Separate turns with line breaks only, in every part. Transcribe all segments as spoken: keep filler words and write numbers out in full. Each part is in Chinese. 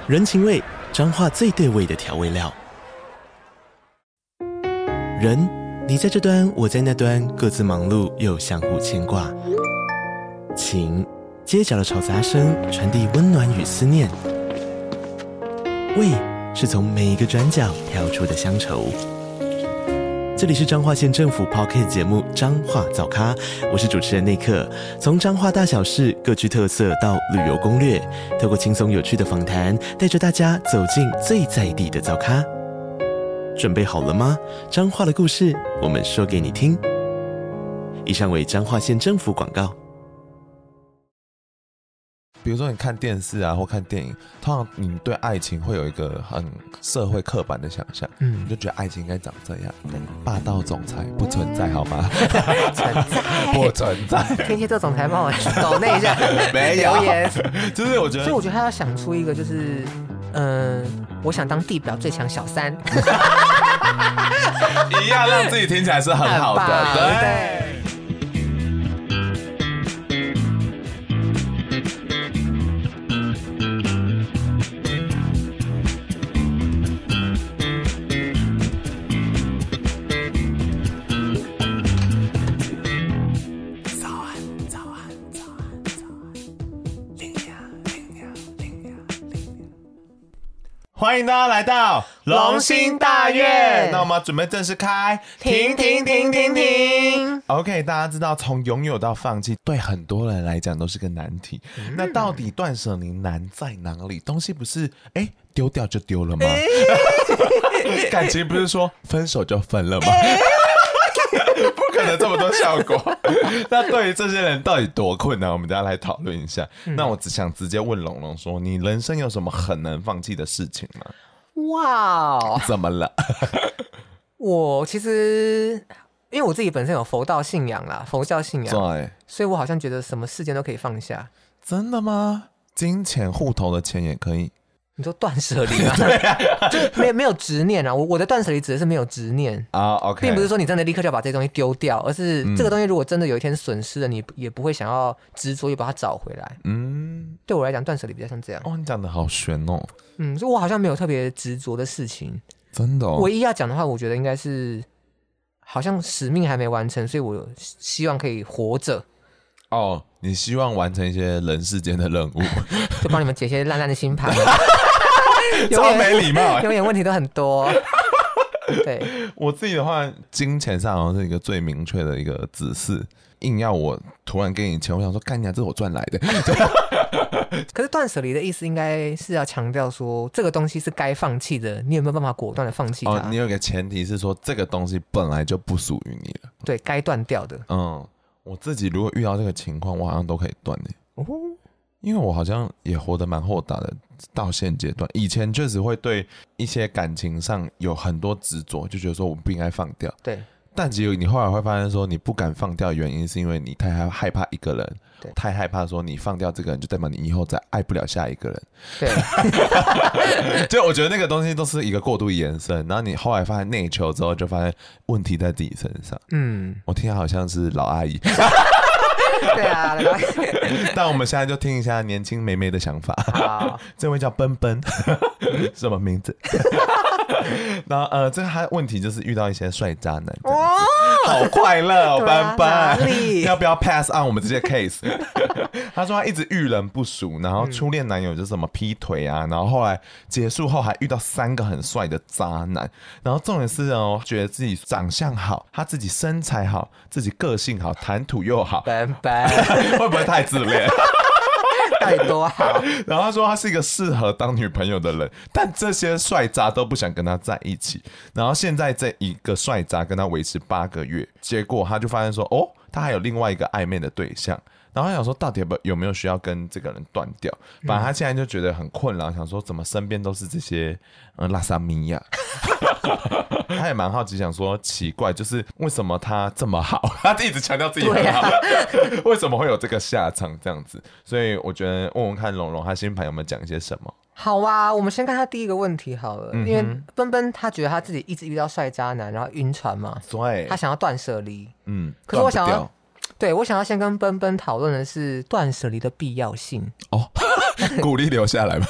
人情味，彰化最对味的调味料。人，你在这端，我在那端，各自忙碌又相互牵挂。情，街角的吵杂声传递温暖与思念。味，是从每一个转角跳出的乡愁。这里是彰化县政府 Podcast 节目《彰化早咖》，我是主持人内克。从彰化大小事各具特色到旅游攻略，透过轻松有趣的访谈，带着大家走进最在地的早咖。准备好了吗？彰化的故事，我们说给你听。以上为彰化县政府广告。
比如说你看电视啊或看电影，通常你对爱情会有一个很社会刻板的想象，嗯，你就觉得爱情应该长这样，霸道总裁不存在好吗？
存在
不存在。
天蝎座总裁帮我抖那一下，
没有
留言，
就是我觉得，
所以我觉得他要想出一个，就是嗯、呃，我想当地表最强小三，
一样让自己听起来是很好的，对。
对
欢迎大家来到
龙兴大院，
那我们准备正式开，
停停停停停。
OK， 大家知道从拥有到放弃，对很多人来讲都是个难题。嗯、那到底断舍离难在哪里？东西不是哎丢掉就丢了吗？感情不是说分手就分了吗？不可能这么多效果。那对于这些人到底多困难，我们大家来讨论一下。嗯、那我只想直接问龙龙说，你人生有什么很难放弃的事情吗？
哇、wow ，
怎么了？
我其实因为我自己本身有佛道信仰啦，佛教信仰，对，所以我好像觉得什么事件都可以放下。
真的吗？金钱户头的钱也可以？
你说断舍离吗？对啊，就没有没有执念啊。我我的断舍离指的是没有执念啊、
oh, ，OK，
并不是说你真的立刻就要把这些东西丢掉，而是这个东西如果真的有一天损失了，你也不会想要执着于把它找回来。嗯，对我来讲，断舍离比较像这样。
哦，你讲的好玄哦。
嗯，所以我好像没有特别执着的事情。
真的哦。
唯一要讲的话，我觉得应该是，好像使命还没完成，所以我希望可以活着。
哦，你希望完成一些人世间的任务，
就帮你们解一些烂烂的星盘。
超没礼貌，
永远问题都很多。对，
我自己的话，金钱上好像是一个最明确的一个指示。硬要我突然给你钱，我想说，干你啊，这是我赚来的。
可是断舍离的意思应该是要强调说，这个东西是该放弃的，你有没有办法果断的放弃它？
哦，你有一个前提是说，这个东西本来就不属于你了。
对，该断掉的。
嗯，我自己如果遇到这个情况，我好像都可以断耶。哦。因为我好像也活得蛮豁达的，到现阶段，以前确实会对一些感情上有很多执着，就觉得说我不应该放掉。
对。
但其实你后来会发现说，你不敢放掉的原因是因为你太害怕一个人，太害怕说你放掉这个人就代表你以后再爱不了下一个人。
对。
就我觉得那个东西都是一个过度延伸，然后你后来发现内求之后，就发现问题在自己身上。嗯，我听好像是老阿姨。
对啊，
但我们现在就听一下年轻妹妹的想法。好，这位叫奔奔，什么名字？然后呃，这个他问题就是遇到一些帅渣男，哦，好快乐哦，奔奔，要不要 pass on 我们这些 case？ 他说他一直遇人不淑，然后初恋男友就是什么劈腿啊，然后后来结束后还遇到三个很帅的渣男，然后重点是哦，觉得自己长相好，他自己身材好，自己个性好，谈吐又好，
奔奔
会不会太自恋？
到底多好？
然后他说他是一个适合当女朋友的人，但这些帅渣都不想跟他在一起。然后现在这一个帅渣跟他维持八个月，结果他就发现说，哦，他还有另外一个暧昧的对象。然后他想说，到底有没有需要跟这个人断掉？反正他现在就觉得很困扰，想说怎么身边都是这些呃拉萨米亚。他也蛮好奇，想说奇怪，就是为什么他这么好，他一直强调自己很好，啊、为什么会有这个下场这样子？所以我觉得问问看龙龙他星盘有没有讲一些什么。
好啊，我们先看他第一个问题好了，嗯、因为奔奔他觉得他自己一直遇到帅渣男，然后晕船嘛，
对，
他想要断舍离。嗯，可是我想要。对，我想要先跟奔奔讨论的是断舍离的必要性
哦，鼓励留下来吧。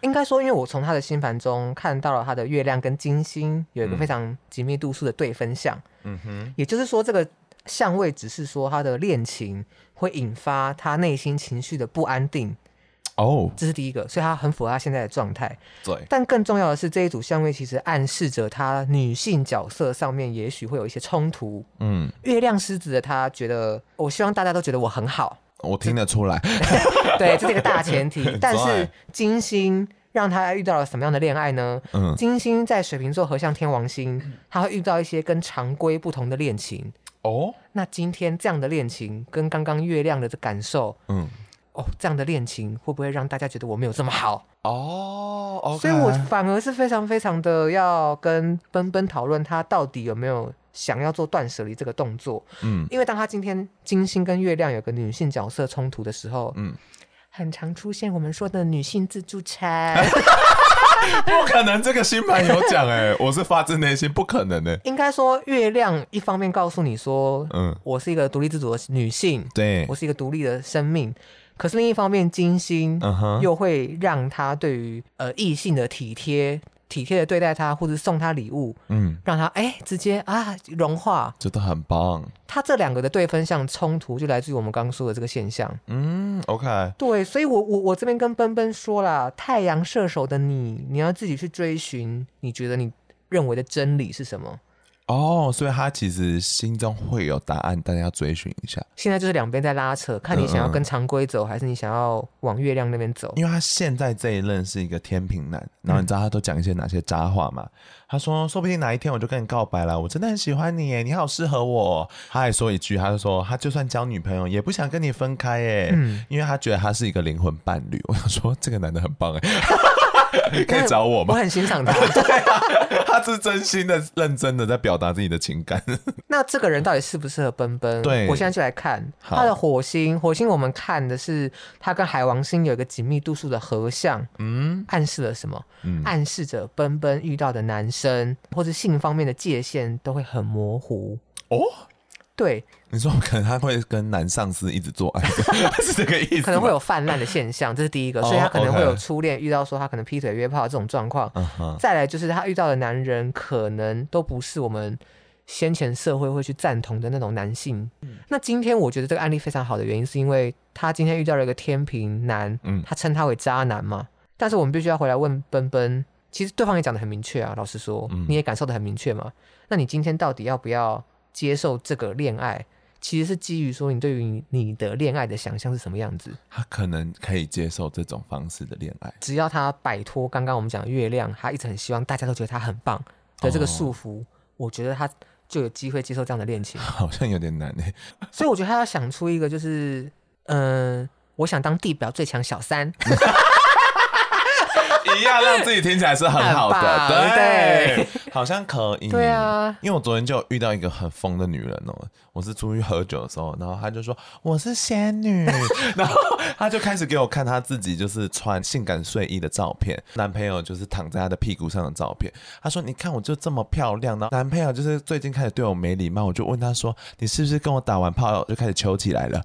应该说，因为我从他的星盘中看到了他的月亮跟金星有一个非常紧密度数的对分相，嗯哼，也就是说，这个相位只是说他的恋情会引发他内心情绪的不安定。哦，这是第一个，所以他很符合他现在的状态。对，但更重要的是，这一组相位其实暗示着他女性角色上面也许会有一些冲突。嗯，月亮狮子的他觉得，我希望大家都觉得我很好，
我听得出来。
对，这是一个大前提。但是金星让他遇到了什么样的恋爱呢？嗯，金星在水瓶座合相天王星，他会遇到一些跟常规不同的恋情。哦，那今天这样的恋情跟刚刚月亮的感受，嗯。哦，这样的恋情会不会让大家觉得我没有这么好？哦、oh, okay. 所以我反而是非常非常的要跟奔奔讨论他到底有没有想要做断舍离这个动作。嗯，因为当他今天金星跟月亮有个女性角色冲突的时候，嗯，很常出现我们说的女性自助餐。
不可能，这个星盘有讲哎，我是发自内心不可能的。
应该说，月亮一方面告诉你说，嗯，我是一个独立自主的女性，对，我是一个独立的生命。可是另一方面，金星又会让他对于呃异性的体贴、体贴的对待他，或者送他礼物，嗯，让他哎直接啊融化，
觉得很棒。
他这两个的对分相冲突，就来自于我们刚刚说的这个现象。
嗯 ，OK，
对，所以我我我这边跟奔奔说啦，太阳射手的你，你要自己去追寻，你觉得你认为的真理是什么？
哦，所以他其实心中会有答案，但是要追寻一下。
现在就是两边在拉扯，看你想要跟常规走，嗯嗯还是你想要往月亮那边走。
因为他现在这一任是一个天秤男，然后你知道他都讲一些哪些渣话吗？嗯、他说，说不定哪一天我就跟你告白了，我真的很喜欢你耶，你好适合我。他还说一句，他就说他就算交女朋友也不想跟你分开耶，嗯、因为他觉得他是一个灵魂伴侣。我想说，这个男的很棒哎。可以找我吗？
我很欣赏他。
对啊，他是真心的、认真的在表达自己的情感。
那这个人到底适不适合奔奔？对，我现在就来看他的火星。火星我们看的是他跟海王星有一个紧密度数的合相，嗯，暗示了什么？嗯，暗示着奔奔遇到的男生或是性方面的界限都会很模糊。哦。对，
你说可能他会跟男上司一直做爱，是这个意思？
可能会有泛滥的现象，这是第一个，所以他可能会有初恋遇到说他可能劈腿约炮这种状况。Uh-huh. 再来就是他遇到的男人可能都不是我们先前社会会去赞同的那种男性。嗯、那今天我觉得这个案例非常好的原因，是因为他今天遇到了一个天秤男，嗯、他称他为渣男嘛。但是我们必须要回来问奔奔，其实对方也讲得很明确啊，老实说，嗯、你也感受得很明确嘛。那你今天到底要不要接受这个恋爱，其实是基于说你对于你的恋爱的想象是什么样子。
他可能可以接受这种方式的恋爱，
只要他摆脱刚刚我们讲的月亮，他一直很希望大家都觉得他很棒的这个束缚，哦、我觉得他就有机会接受这样的恋情。
好像有点难耶。
所以我觉得他要想出一个就是，嗯、呃，我想当地表最强小三。
一样让自己听起来是很好的，对，对好像可以。
对啊，
因为我昨天就遇到一个很疯的女人哦，我是出去喝酒的时候，然后她就说我是仙女，然后她就开始给我看她自己就是穿性感睡衣的照片，男朋友就是躺在她的屁股上的照片。她说你看我就这么漂亮，然后男朋友就是最近开始对我没礼貌，我就问她说你是不是跟我打完炮就开始求起来了？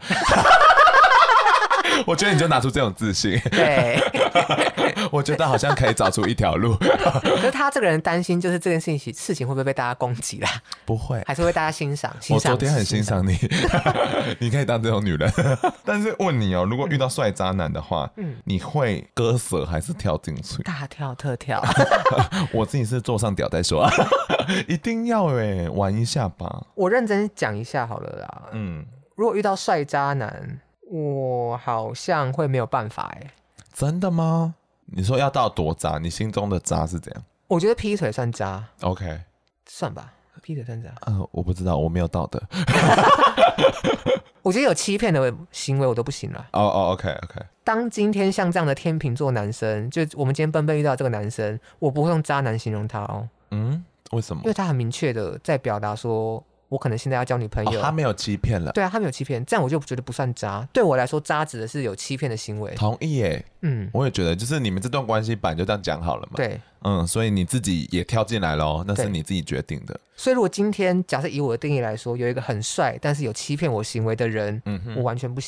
我觉得你就拿出这种自信，
对，
我觉得好像可以找出一条路。
可是他这个人担心，就是这件事情事情会不会被大家攻击啦？
不会，
还是会被大家欣赏。欣赏
我昨天很欣赏你，你可以当这种女人。但是问你哦，如果遇到帅渣男的话，嗯，你会割舍还是跳进去？
大跳特跳。
我自己是坐上屌再说，一定要哎玩一下吧。
我认真讲一下好了啦。嗯，如果遇到帅渣男，我好像会没有办法哎。
真的吗？你说要到多渣？你心中的渣是怎样？
我觉得劈腿算渣。
OK，
算吧，劈腿算渣。
呃，我不知道，我没有道德。
我觉得有欺骗的行为我都不行了。
哦哦 ，OK OK。
当今天像这样的天秤座男生，就我们今天奔奔遇到这个男生，我不会用渣男形容他哦。
嗯，为什么？
因为他很明确的在表达说，我可能现在要交女朋友。
哦，他没有欺骗了。
对啊，他没有欺骗，这样我就觉得不算渣。对我来说，渣指的是有欺骗的行为。
同意耶。嗯，我也觉得，就是你们这段关系本来就这样讲好了嘛。
对。
嗯，所以你自己也跳进来咯，那是你自己决定的。
所以如果今天假设以我的定义来说，有一个很帅但是有欺骗我行为的人，嗯、我完全不行。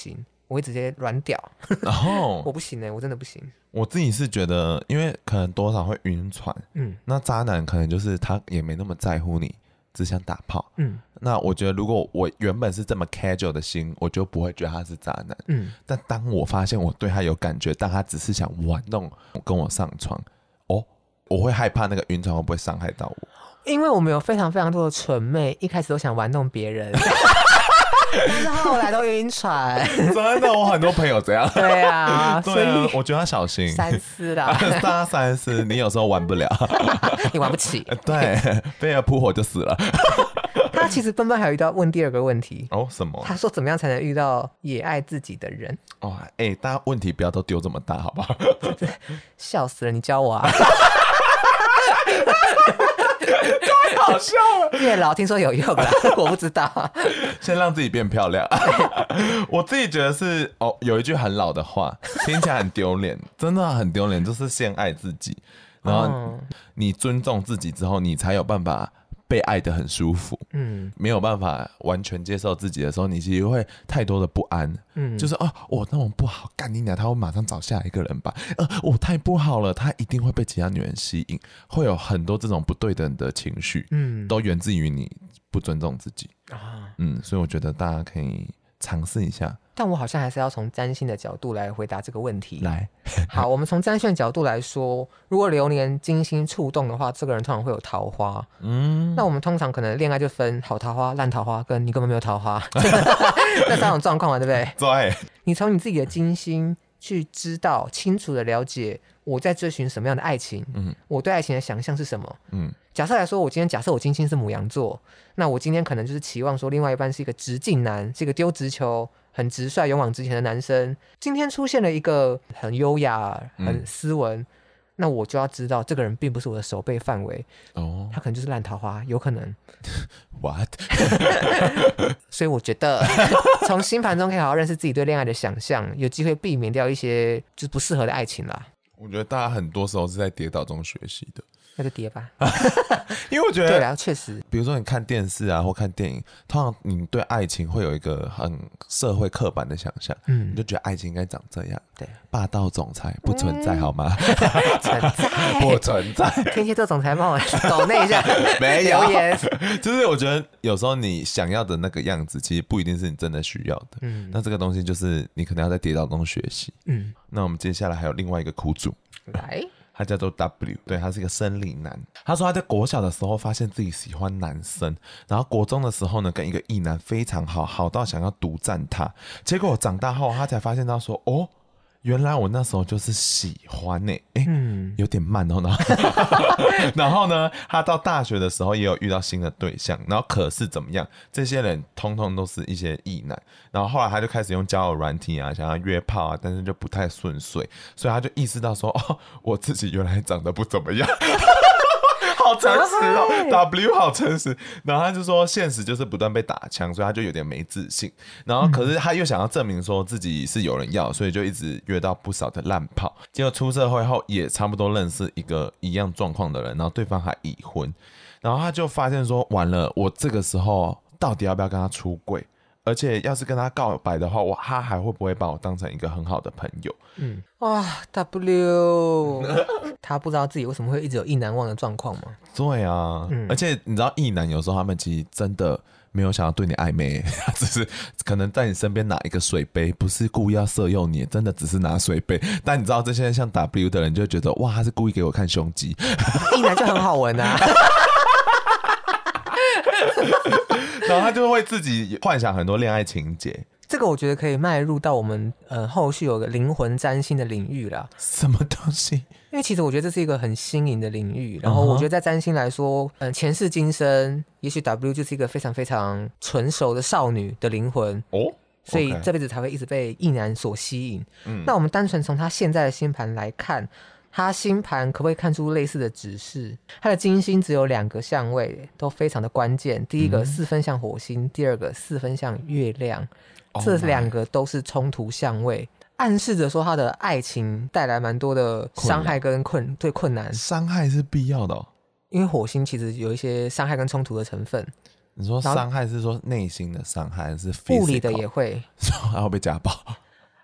我会直接软屌。
然后
我不行哎、欸，我真的不行。
我自己是觉得，因为可能多少会晕船，嗯，那渣男可能就是他也没那么在乎你，只想打炮，嗯。那我觉得，如果我原本是这么 casual 的心，我就不会觉得他是渣男，嗯。但当我发现我对他有感觉，但他只是想玩弄跟我上床，哦，我会害怕那个晕船会不会伤害到我。
因为我们有非常非常多的蠢妹，一开始都想玩弄别人。但是后来都晕船，
真的，我很多朋友这样。
对啊，
对啊，我觉得要小心
三思啦，
大家三思，你有时候玩不了，
你玩不起，
对，被人扑火就死了。
他其实奔奔还有遇到问第二个问题
哦，什么？
他说怎么样才能遇到也爱自己的人？
哦，哎、欸，大家问题不要都丢这么大，好不好？
笑死了，你教我啊！
太好笑了，
月老听说有用啦，我不知道。
先让自己变漂亮。我自己觉得是哦，有一句很老的话，听起来很丢脸，真的很丢脸，就是先爱自己，然后你尊重自己之后，你才有办法被爱得很舒服。嗯，没有办法完全接受自己的时候，你其实会太多的不安。嗯，就是哦，我那种不好，干你娘，他会马上找下一个人吧？呃，我太不好了，他一定会被其他女人吸引，会有很多这种不对等的情绪。嗯，都源自于你不尊重自己啊。嗯，所以我觉得大家可以尝试一下。
但我好像还是要从占星的角度来回答这个问题。
来，
好，我们从占星的角度来说，如果流年金星触动的话，这个人通常会有桃花。嗯，那我们通常可能恋爱就分好桃花、烂桃花，跟你根本没有桃花那三种状况嘛，对不对？
对。
你从你自己的金星去知道、清楚的了解我在追寻什么样的爱情，嗯，我对爱情的想象是什么，嗯。假设来说，我今天假设我金星是牡羊座，那我今天可能就是期望说，另外一半是一个直径男，是一个丢直球、很直率、勇往直前的男生。今天出现了一个很优雅、很斯文，嗯、那我就要知道这个人并不是我的守备范围哦，他可能就是烂桃花，有可能。
What？
所以我觉得从星盘中可以好好认识自己对恋爱的想象，有机会避免掉一些就是不适合的爱情啦。
我觉得大家很多时候是在跌倒中学习的。
那就跌吧。
因为我觉得
对啊，确实，
比如说你看电视啊或看电影，通常你对爱情会有一个很社会刻板的想象，嗯，你就觉得爱情应该长这样，
对，
霸道总裁不存在、嗯、好吗？
存在，
不存在。
天蝎座总裁帮我抖那一下，
没有
留言。
就是我觉得有时候你想要的那个样子，其实不一定是你真的需要的。嗯，那这个东西就是你可能要在跌倒中学习。嗯，那我们接下来还有另外一个苦主，
来。
他叫做 W， 对，他是一个生理男。他说他在国小的时候发现自己喜欢男生，然后国中的时候呢，跟一个异男非常好，好到想要独占他。结果长大后，他才发现到说，哦，原来我那时候就是喜欢呢、欸，哎、欸嗯，有点慢哦。然后，然后呢，他到大学的时候也有遇到新的对象，然后可是怎么样？这些人通通都是一些异男。然后后来他就开始用交友软体啊，想要约炮啊，但是就不太顺遂，所以他就意识到说，哦，我自己原来长得不怎么样。好诚实哦 ，W 好诚实。然后他就说，现实就是不断被打枪，所以他就有点没自信。然后可是他又想要证明说自己是有人要，所以就一直约到不少的烂炮。结果出社会后也差不多认识一个一样状况的人，然后对方还已婚。然后他就发现说，完了，我这个时候到底要不要跟他出柜？而且要是跟他告白的话，我他还会不会把我当成一个很好的朋友？嗯，
哇 ，W， 他不知道自己为什么会一直有意难忘的状况吗？
对啊、嗯，而且你知道，意男有时候他们其实真的没有想要对你暧昧，他只是可能在你身边拿一个水杯，不是故意要色诱你，真的只是拿水杯。但你知道这些像 W 的人就会觉得，哇，他是故意给我看胸肌，
意男就很好闻啊。
然后他就会自己幻想很多恋爱情节，
这个我觉得可以迈入到我们呃后续有个灵魂占星的领域啦。
什么东西？
因为其实我觉得这是一个很新颖的领域，然后我觉得在占星来说，呃，前世今生，也许 W 就是一个非常非常纯熟的少女的灵魂哦，所以这辈子才会一直被异男所吸引。嗯，那我们单纯从他现在的星盘来看。他星盘可不可以看出类似的指示？他的金星只有两个相位，都非常的关键。第一个四分像火星，嗯、第二个四分像月亮， oh、这两个都是冲突相位，暗示着说他的爱情带来蛮多的伤害跟困对困难。
伤害是必要的哦，
因为火星其实有一些伤害跟冲突的成分。
你说伤害是说内心的伤害，还是 physical？
物理的也会？
说他会被家暴？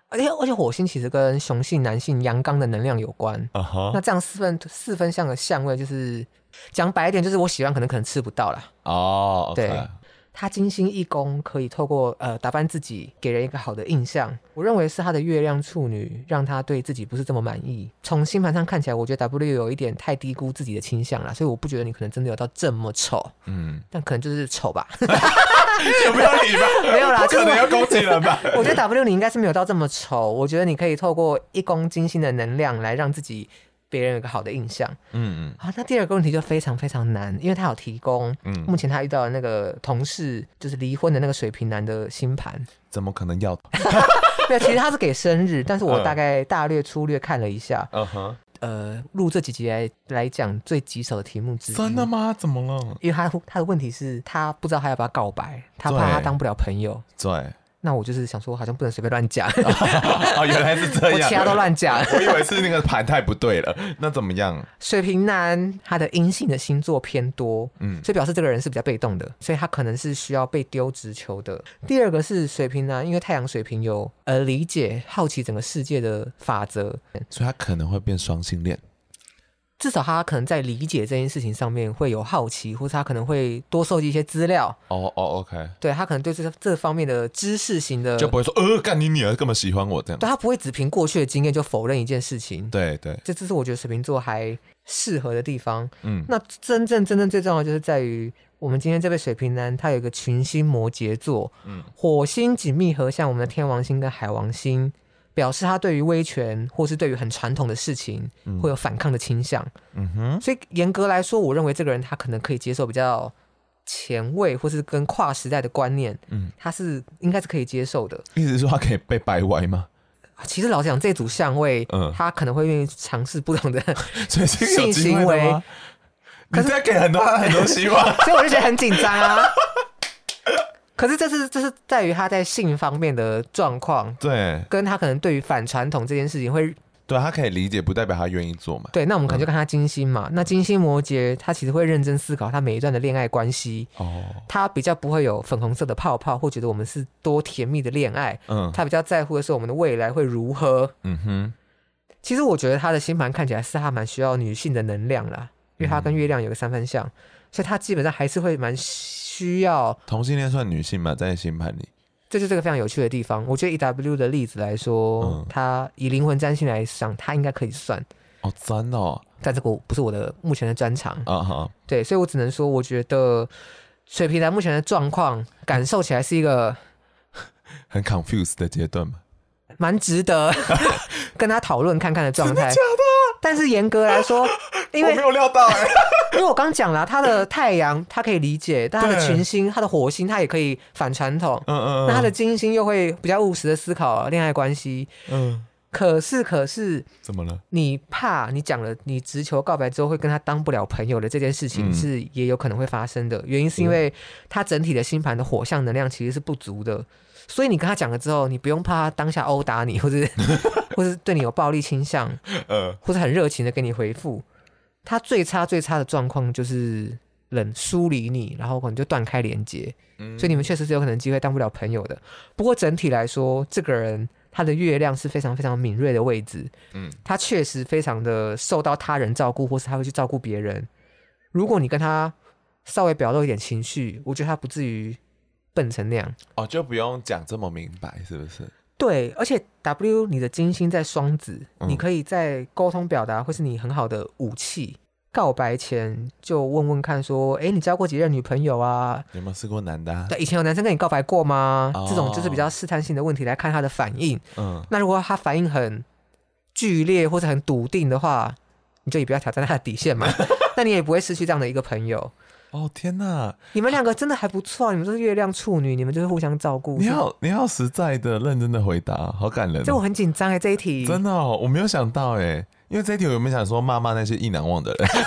而且而且火星其实跟雄性、男性、阳刚的能量有关。
Uh-huh.
那这样四分四分相的相位，就是讲白一点，就是我喜欢可能可能吃不到啦。
哦、oh, ，OK。
对，他金星一宫可以透过呃打扮自己，给人一个好的印象。我认为是他的月亮处女让他对自己不是这么满意。从星盘上看起来，我觉得 W 有一点太低估自己的倾向啦，所以我不觉得你可能真的有到这么丑。嗯，但可能就是丑吧。
有没有理吧？
没有啦，
不可能要攻击人吧？
我觉得 W 你应该是没有到这么丑。我觉得你可以透过一宫金星的能量来让自己别人有个好的印象。嗯嗯。好，那第二个问题就非常非常难，因为他有提供，嗯，目前他遇到的那个同事就是离婚的那个水瓶男的星盘，
怎么可能要？
对，其实他是给生日，但是我大概大略粗略看了一下，嗯哼。呃，录这几集来来讲最棘手的题目之一。
真的吗？怎么了？
因为他他的问题是他不知道他要不要告白，他怕他当不了朋友。
对。
那我就是想说，好像不能随便乱讲。
哦，原来是这样。
我其他都乱讲。
我以为是那个盘太不对了。那怎么样？
水瓶男他的阴性的星座偏多，嗯，所以表示这个人是比较被动的，所以他可能是需要被丢直球的。第二个是水瓶男，因为太阳水瓶有呃理解、好奇整个世界的法则，
所以他可能会变双性恋。
至少他可能在理解这件事情上面会有好奇，或者他可能会多收集一些资料。
哦哦 ，OK，
对，他可能对这这方面的知识型的，
就不会说呃，干你女儿根本喜欢我这样。
对，他不会只凭过去的经验就否认一件事情。
对对，
这这是我觉得水瓶座还适合的地方。嗯，那真正真正最重要的就是在于我们今天这位水瓶男，他有一个群星摩羯座，嗯，火星紧密合向我们的天王星跟海王星。表示他对于威权或是对于很传统的事情会有反抗的倾向。嗯哼，所以严格来说，我认为这个人他可能可以接受比较前卫或是跟跨时代的观念，嗯，他是应该是可以接受的。
意思是说他可以被掰歪吗？
其实老实讲，这组相位，嗯，他可能会愿意尝试不同的
性
行为。
可是在给很多很多希望，
所以我就觉得很紧张啊。可是这是这是在于他在性方面的状况，
对，
跟他可能对于反传统这件事情会，
对，他可以理解，不代表他愿意做嘛。
对，那我们可能就看他金星嘛。嗯、那金星摩羯，他其实会认真思考他每一段的恋爱关系，哦，他比较不会有粉红色的泡泡，或觉得我们是多甜蜜的恋爱，嗯，他比较在乎的是我们的未来会如何。嗯哼，其实我觉得他的星盘看起来是他蛮需要女性的能量啦，因为他跟月亮有个三分相，嗯、所以他基本上还是会蛮。需要
同性恋算女性吗？在星盘里，
这就是这个非常有趣的地方。我觉得以 W 的例子来说，嗯、他以灵魂占星来讲，他应该可以算。
哦，真的哦，
但这个不是我的目前的专长
啊哈。
对，所以我只能说，我觉得水瓶男目前的状况，感受起来是一个
很 confused 的阶段嘛，
蛮值得跟他讨论看看的状态。
真的假的？
但是严格来说，因为
我没有料到哎、欸，
因为我刚讲了，他的太阳他可以理解，但他的群星、他的火星他也可以反传统，嗯嗯，那他的金星又会比较务实的思考恋爱关系，嗯，可是可是
怎么了？
你怕你讲了你直球告白之后会跟他当不了朋友的这件事情是也有可能会发生的，原因是因为他整体的星盘的火象能量其实是不足的。所以你跟他讲了之后，你不用怕他当下殴打你，或者或是对你有暴力倾向，呃，或是很热情的给你回复。他最差最差的状况就是冷疏离你，然后可能就断开连接。嗯，所以你们确实是有可能机会当不了朋友的。不过整体来说，这个人他的月亮是非常非常敏锐的位置，嗯，他确实非常的受到他人照顾，或是他会去照顾别人。如果你跟他稍微表露一点情绪，我觉得他不至于笨成那样。
哦，就不用讲这么明白，是不是？
对，而且 W 你的金星在双子，嗯、你可以在沟通表达会是你很好的武器。告白前就问问看说，哎，你交过几任女朋友啊？
有没有试过男的、啊？
对，以前有男生跟你告白过吗？哦、这种就是比较试探性的问题来看他的反应。嗯，那如果他反应很剧烈或者很笃定的话，你就也不要挑战他的底线嘛。那你也不会失去这样的一个朋友。
哦天哪！
你们两个真的还不错，你们都是月亮处女，你们就是互相照顾。
你好，你好实在的、认真的回答，好感人、哦。
这我很紧张哎，这一题
真的、哦，我没有想到哎，因为这一题我有没有想说骂骂那些意难忘的人？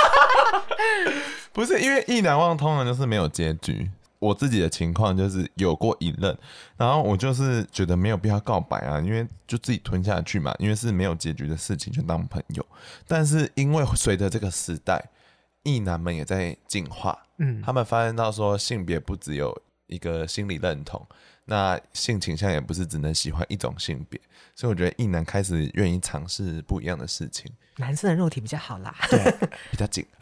不是，因为意难忘通常就是没有结局。我自己的情况就是有过一任，然后我就是觉得没有必要告白啊，因为就自己吞下去嘛，因为是没有结局的事情，就当朋友。但是因为随着这个时代，异男们也在进化，嗯，他们发现到说性别不只有一个心理认同， 那性倾向也不是只能喜欢一种性别，所以我觉得异男开始愿意尝试不一样的事情。
男生的肉体比较好啦，
对，比较紧。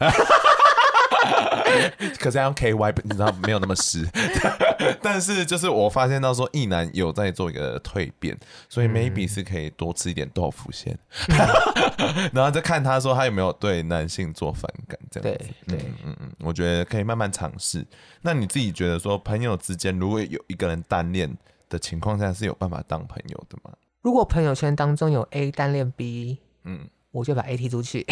可是要用 K Y， 你知道没有那么湿。但是就是我发现到说，异男有在做一个蜕变，所以 maybe 是可以多吃一点豆腐先，嗯、然后再看他说他有没有对男性做反感这样子。对对，嗯嗯嗯，我觉得可以慢慢尝试。那你自己觉得说，朋友之间如果有一个人单恋的情况下，是有办法当朋友的吗？
如果朋友圈当中有 A 单恋 B， 嗯，我就把 A 踢出去。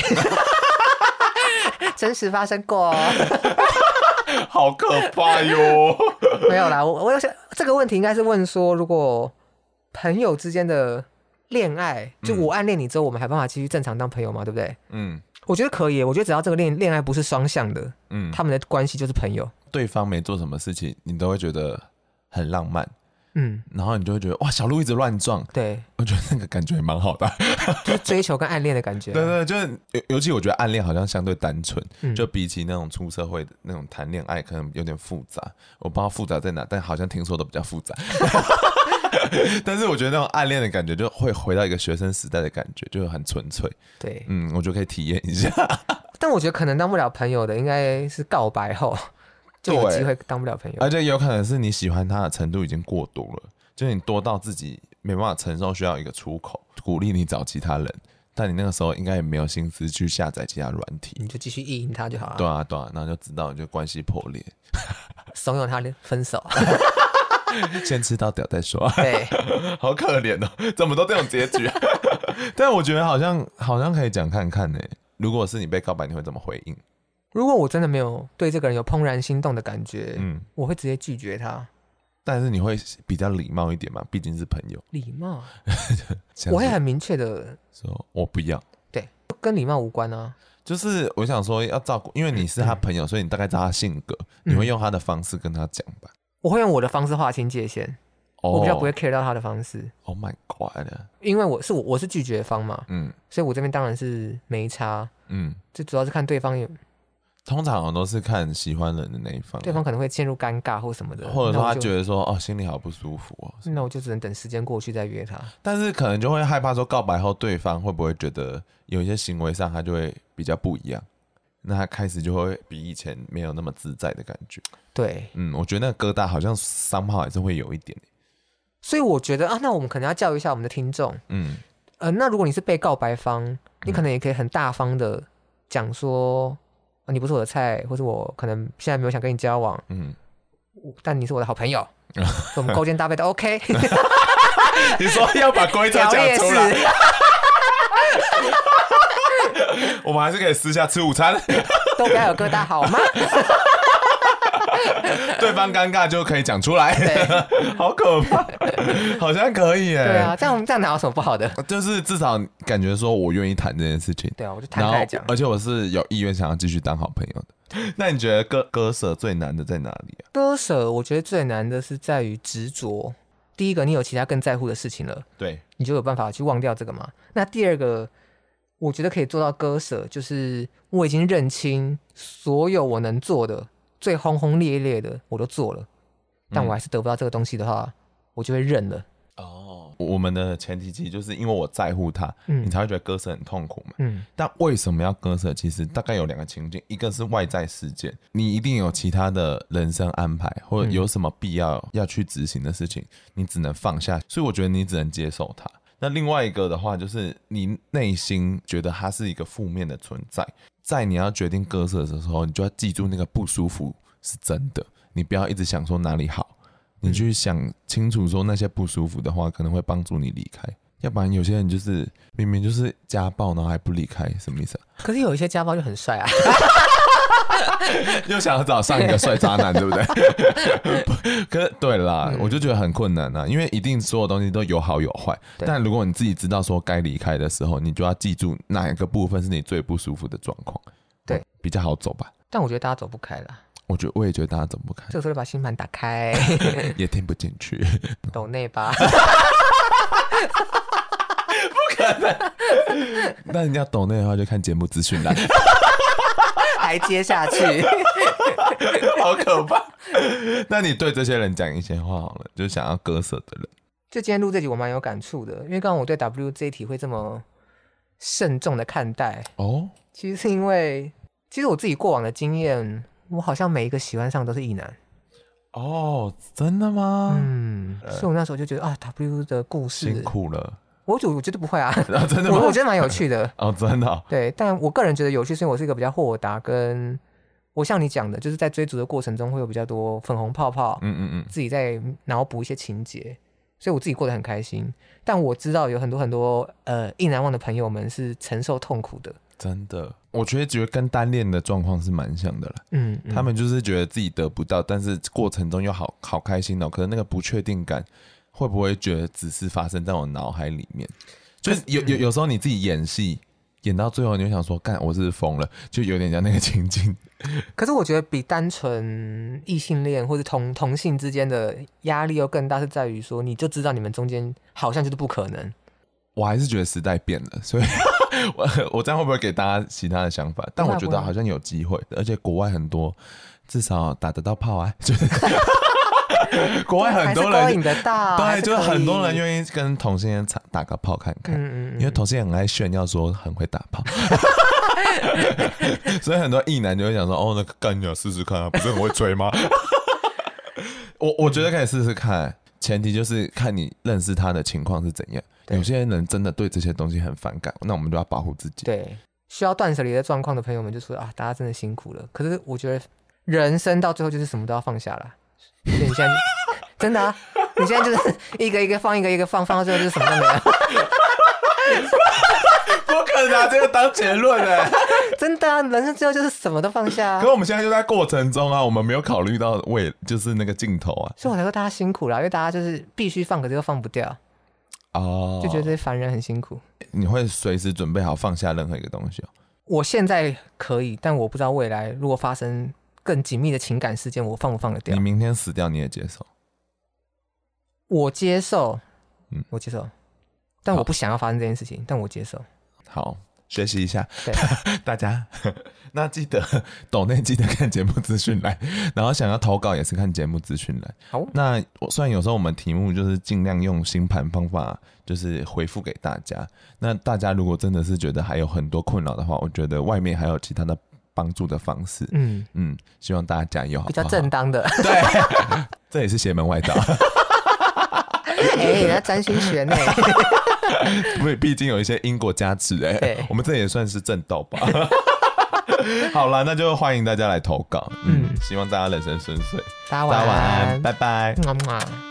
真实发生过、哦，
好可怕哟！
没有啦，我我想这个问题应该是问说，如果朋友之间的恋爱，就我暗恋你之后，我们还有办法继续正常当朋友吗？对不对？嗯，我觉得可以。我觉得只要这个恋恋爱不是双向的，嗯，他们的关系就是朋友。
对方没做什么事情，你都会觉得很浪漫。嗯，然后你就会觉得哇，小鹿一直乱撞，
对，
我觉得那个感觉也蛮好的，
就是追求跟暗恋的感觉、啊。
对对，就是尤其我觉得暗恋好像相对单纯、嗯，就比起那种出社会的那种谈恋爱，可能有点复杂。我不知道复杂在哪，但好像听说都比较复杂。但是我觉得那种暗恋的感觉，就会回到一个学生时代的感觉，就很纯粹。
对，
嗯，我觉得可以体验一下。
但我觉得可能当不了朋友的，应该是告白后。就有机会当不了朋友，
而且有可能是你喜欢他的程度已经过多了，就是你多到自己没办法承受，需要一个出口，鼓励你找其他人，但你那个时候应该也没有心思去下载其他软体，
你就继续意淫他就好了。
对啊，对啊，然后就知道就关系破裂，
怂恿他分手，
先吃到屌再说。
对，
好可怜哦，怎么都这种结局、啊？但我觉得好像好像可以讲看看呢、欸。如果是你被告白，你会怎么回应？
如果我真的没有对这个人有怦然心动的感觉，嗯，我会直接拒绝他。
但是你会比较礼貌一点嘛，毕竟是朋友。
礼貌，我会很明确的
说，我不要。
对，跟礼貌无关啊。
就是我想说要照顾，因为你是他朋友，嗯、所以你大概知道他性格、嗯，你会用他的方式跟他讲吧。
我会用我的方式划清界限，哦、我比较不会 care 到他的方式。
Oh my god！
因为我是我我是拒绝方嘛，嗯，所以我这边当然是没差，嗯，最主要是看对方有。
通常都是看喜欢人的那一方，
对方可能会陷入尴尬或什么的，
或者说他觉得说哦心里好不舒服哦，
那我就只能等时间过去再约他。
但是可能就会害怕说告白后对方会不会觉得有一些行为上他就会比较不一样，那他开始就会比以前没有那么自在的感觉。
对，
嗯，我觉得那个疙瘩好像somehow还是会有一点。
所以我觉得啊，那我们可能要教育一下我们的听众，嗯，呃，那如果你是被告白方，你可能也可以很大方的讲说。你不是我的菜，或是我可能现在没有想跟你交往，嗯，但你是我的好朋友，我们勾肩搭背都 OK。
你说要把规则讲出来，我们还是可以私下吃午餐，
都不要有疙瘩好吗？
对方尴尬就可以讲出来，好可怕，好像可以耶。
对啊，这样这样哪有什么不好的？
就是至少感觉说我愿意谈这件事情。
对啊，我就摊开讲，
而且我是有意愿想要继续当好朋友的。那你觉得割割舍最难的在哪里啊？
割舍，我觉得最难的是在于执着。第一个，你有其他更在乎的事情了，
对，
你就有办法去忘掉这个嘛。那第二个，我觉得可以做到割舍，就是我已经认清所有我能做的。最轰轰烈烈的我都做了，但我还是得不到这个东西的话，嗯、我就会认了。
哦，我们的前提其实就是因为我在乎他，嗯、你才会觉得割舍很痛苦嘛。嗯，但为什么要割舍？其实大概有两个情境，一个是外在事件，你一定有其他的人生安排，或者有什么必要要去执行的事情，你只能放下，所以我觉得你只能接受它。那另外一个的话，就是你内心觉得它是一个负面的存在。在你要决定割舍的时候，你就要记住那个不舒服是真的，你不要一直想说哪里好，你去想清楚说那些不舒服的话可能会帮助你离开，要不然有些人就是明明就是家暴然后还不离开，什么意思啊？
可是有一些家暴就很帅啊。
又想要找上一个帅渣男，对不对？可是对啦、嗯，我就觉得很困难啊，因为一定所有东西都有好有坏。但如果你自己知道说该离开的时候，你就要记住哪一个部分是你最不舒服的状况，
对，
比较好走吧。
但我觉得大家走不开啦。
我觉得我也觉得大家走不开。
这个时候就把星盘打开，
也听不进去。
抖内吧。
不可能。那你要抖内的话，就看节目资讯栏。
还接下去。
好可怕。那你对这些人讲一些话好了，就是想要割舍的人。
就今天录这集我蛮有感触的，因为刚刚我对 W 这一题会这么慎重的看待哦，其实是因为其实我自己过往的经验，我好像每一个喜欢上都是异男。
哦，真的吗？
嗯，所以我那时候就觉得啊 ，W 的故事
辛苦了。
我觉我觉得不会啊，
啊真的吗？
我我觉得蛮有趣的。
哦，真的、哦。
对，但我个人觉得有趣，是因为我是一个比较豁达，跟我像你讲的，就是在追逐的过程中会有比较多粉红泡泡，嗯嗯嗯，自己在脑补一些情节。所以我自己过得很开心，但我知道有很多很多呃意难忘的朋友们是承受痛苦的。
真的，我觉得觉得跟单恋的状况是蛮像的啦。嗯, 嗯，他们就是觉得自己得不到，但是过程中又好好开心哦。可是那个不确定感，会不会觉得只是发生在我脑海里面？就是有有有时候你自己演戏演到最后，你就想说，干，我是不是疯了？就有点像那个情境。
可是我觉得比单纯异性恋或者 同, 同性之间的压力又更大，是在于说你就知道你们中间好像就是不可能。
我还是觉得时代变了，所以我, 我这样会不会给大家其他的想法？但我觉得好像有机会，而且国外很多至少打得到炮啊，就是国外很多人
勾引得到，
对，就是很多人愿意跟同性恋打个炮看看，嗯嗯，因为同性恋很爱炫耀说很会打炮。所以很多异男就会想说，哦，那干你试试看啊，不是很会吹吗？我我觉得可以试试看，前提就是看你认识他的情况是怎样。有些人真的对这些东西很反感，那我们就要保护自己。
对，需要断舍离的状况的朋友们就说啊，大家真的辛苦了。可是我觉得人生到最后就是什么都要放下了。所以你现在真的啊，你现在就是一个一个放，一个一个放，放到最后就是什么都没有。
不可能拿这个当结论哎、欸！
真的啊，人生最后就是什么都放下、啊。
可是我们现在就在过程中啊，我们没有考虑到未就是那个尽头啊，
所以我才说大家辛苦啦，因为大家就是必须放，可是又放不掉哦，就觉得这些凡人很辛苦。
你会随时准备好放下任何一个东西哦？
我现在可以，但我不知道未来如果发生更紧密的情感事件，我放不放得掉？
你明天死掉你也接受？
我接受，嗯，我接受，但我不想要发生这件事情，但我接受。
好，学习一下，对大家。那记得抖内记得看节目资讯栏，然后想要投稿也是看节目资讯栏。好，那虽然有时候我们题目就是尽量用星盘方法，就是回复给大家。那大家如果真的是觉得还有很多困扰的话，我觉得外面还有其他的帮助的方式。嗯嗯，希望大家加油好不好，
比较正当的。
对，这也是邪门外道。
哎、欸，那占星学呢？
毕竟有一些因果加持哎、欸，我们这也算是正道吧。好了，那就欢迎大家来投稿，嗯，希望大家人生顺遂，
大家晚安，
拜拜。
嗯